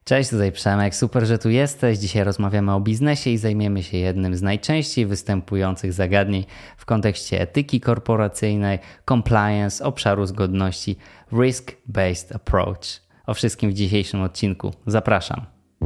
Cześć, tutaj Przemek, super, że tu jesteś. Dzisiaj rozmawiamy o biznesie i zajmiemy się jednym z najczęściej występujących zagadnień w kontekście etyki korporacyjnej, compliance, obszaru zgodności, risk-based approach. O wszystkim w dzisiejszym odcinku. Zapraszam.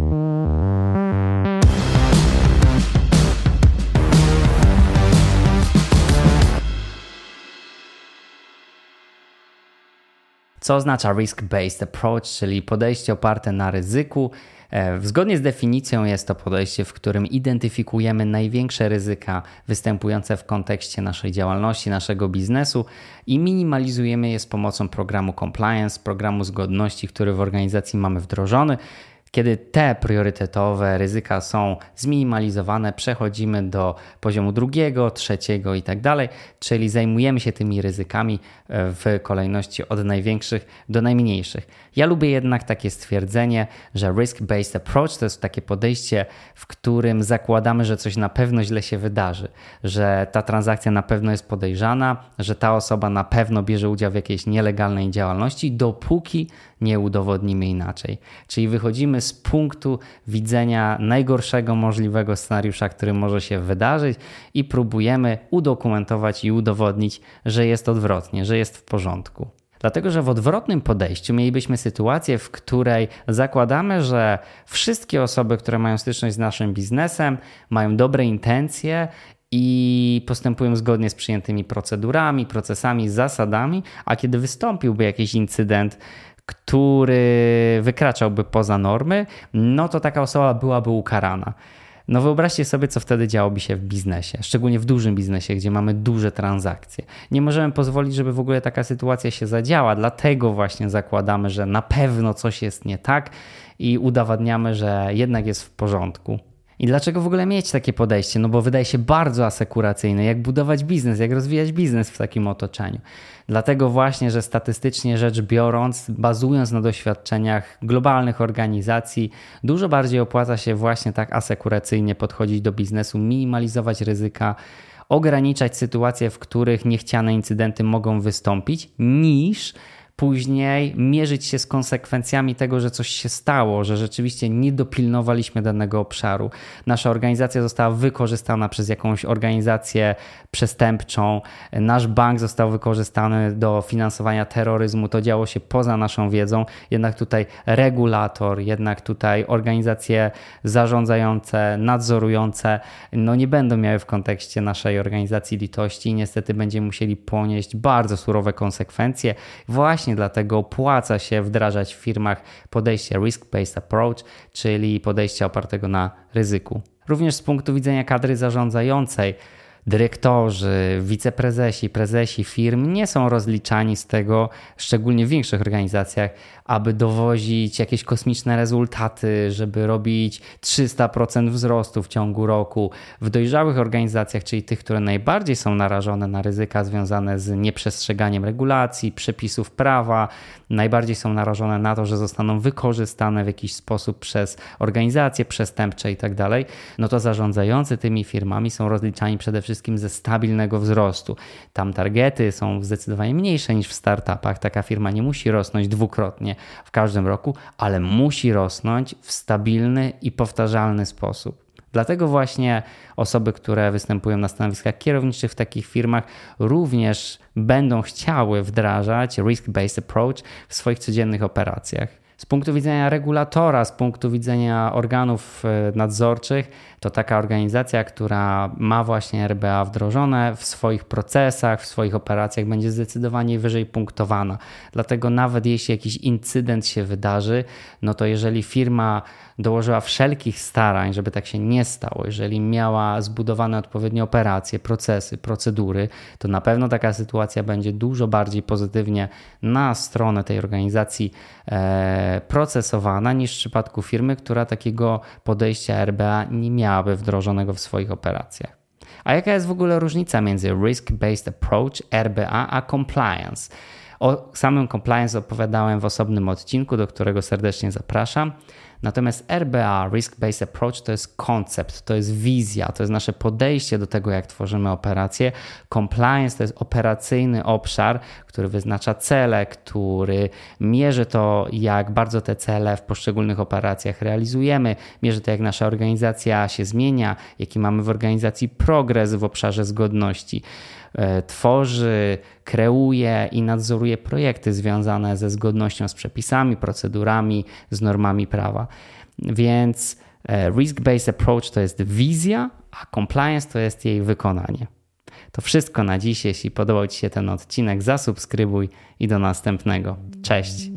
Co oznacza risk-based approach, czyli podejście oparte na ryzyku? Zgodnie z definicją jest to podejście, w którym identyfikujemy największe ryzyka występujące w kontekście naszej działalności, naszego biznesu i minimalizujemy je z pomocą programu compliance, programu zgodności, który w organizacji mamy wdrożony. Kiedy te priorytetowe ryzyka są zminimalizowane, przechodzimy do poziomu drugiego, trzeciego i tak dalej, czyli zajmujemy się tymi ryzykami w kolejności od największych do najmniejszych. Ja lubię jednak takie stwierdzenie, że risk-based approach to jest takie podejście, w którym zakładamy, że coś na pewno źle się wydarzy, że ta transakcja na pewno jest podejrzana, że ta osoba na pewno bierze udział w jakiejś nielegalnej działalności, dopóki nie udowodnimy inaczej. Czyli wychodzimy z punktu widzenia najgorszego możliwego scenariusza, który może się wydarzyć i próbujemy udokumentować i udowodnić, że jest odwrotnie, że jest w porządku. Dlatego, że w odwrotnym podejściu mielibyśmy sytuację, w której zakładamy, że wszystkie osoby, które mają styczność z naszym biznesem, mają dobre intencje i postępują zgodnie z przyjętymi procedurami, procesami, zasadami, a kiedy wystąpiłby jakiś incydent, który wykraczałby poza normy, no to taka osoba byłaby ukarana. No wyobraźcie sobie, co wtedy działoby się w biznesie, szczególnie w dużym biznesie, gdzie mamy duże transakcje. Nie możemy pozwolić, żeby w ogóle taka sytuacja się zadziała, dlatego właśnie zakładamy, że na pewno coś jest nie tak i udowadniamy, że jednak jest w porządku. I dlaczego w ogóle mieć takie podejście? No bo wydaje się bardzo asekuracyjne, jak budować biznes, jak rozwijać biznes w takim otoczeniu. Dlatego właśnie, że statystycznie rzecz biorąc, bazując na doświadczeniach globalnych organizacji, dużo bardziej opłaca się właśnie tak asekuracyjnie podchodzić do biznesu, minimalizować ryzyka, ograniczać sytuacje, w których niechciane incydenty mogą wystąpić, niż później mierzyć się z konsekwencjami tego, że coś się stało, że rzeczywiście nie dopilnowaliśmy danego obszaru. Nasza organizacja została wykorzystana przez jakąś organizację przestępczą, nasz bank został wykorzystany do finansowania terroryzmu, to działo się poza naszą wiedzą, jednak tutaj regulator, jednak tutaj organizacje zarządzające, nadzorujące, no nie będą miały w kontekście naszej organizacji litości i niestety będziemy musieli ponieść bardzo surowe konsekwencje. Właśnie dlatego opłaca się wdrażać w firmach podejście risk-based approach, czyli podejście opartego na ryzyku. Również z punktu widzenia kadry zarządzającej, dyrektorzy, wiceprezesi, prezesi firm nie są rozliczani z tego, szczególnie w większych organizacjach, aby dowozić jakieś kosmiczne rezultaty, żeby robić 300% wzrostu w ciągu roku. W dojrzałych organizacjach, czyli tych, które najbardziej są narażone na ryzyka związane z nieprzestrzeganiem regulacji, przepisów prawa, najbardziej są narażone na to, że zostaną wykorzystane w jakiś sposób przez organizacje przestępcze i tak dalej, no to zarządzający tymi firmami są rozliczani przede wszystkim ze stabilnego wzrostu. Tam targety są zdecydowanie mniejsze niż w startupach. Taka firma nie musi rosnąć dwukrotnie w każdym roku, ale musi rosnąć w stabilny i powtarzalny sposób. Dlatego właśnie osoby, które występują na stanowiskach kierowniczych w takich firmach również będą chciały wdrażać risk-based approach w swoich codziennych operacjach. Z punktu widzenia regulatora, z punktu widzenia organów nadzorczych, to taka organizacja, która ma właśnie RBA wdrożone w swoich procesach, w swoich operacjach, będzie zdecydowanie wyżej punktowana. Dlatego nawet jeśli jakiś incydent się wydarzy, no to jeżeli firma dołożyła wszelkich starań, żeby tak się nie stało, jeżeli miała zbudowane odpowiednie operacje, procesy, procedury, to na pewno taka sytuacja będzie dużo bardziej pozytywnie na stronę tej organizacji procesowana niż w przypadku firmy, która takiego podejścia RBA nie miałaby wdrożonego w swoich operacjach. A jaka jest w ogóle różnica między risk-based approach, RBA, a compliance? O samym compliance opowiadałem w osobnym odcinku, do którego serdecznie zapraszam. Natomiast RBA, Risk-Based Approach, to jest koncept, to jest wizja, to jest nasze podejście do tego, jak tworzymy operacje. Compliance to jest operacyjny obszar, który wyznacza cele, który mierzy to, jak bardzo te cele w poszczególnych operacjach realizujemy, mierzy to, jak nasza organizacja się zmienia, jaki mamy w organizacji progres w obszarze zgodności. Tworzy, kreuje i nadzoruje projekty związane ze zgodnością z przepisami, procedurami, z normami prawa. Więc risk-based approach to jest wizja, a compliance to jest jej wykonanie. To wszystko na dziś. Jeśli podobał Ci się ten odcinek, zasubskrybuj i do następnego. Cześć!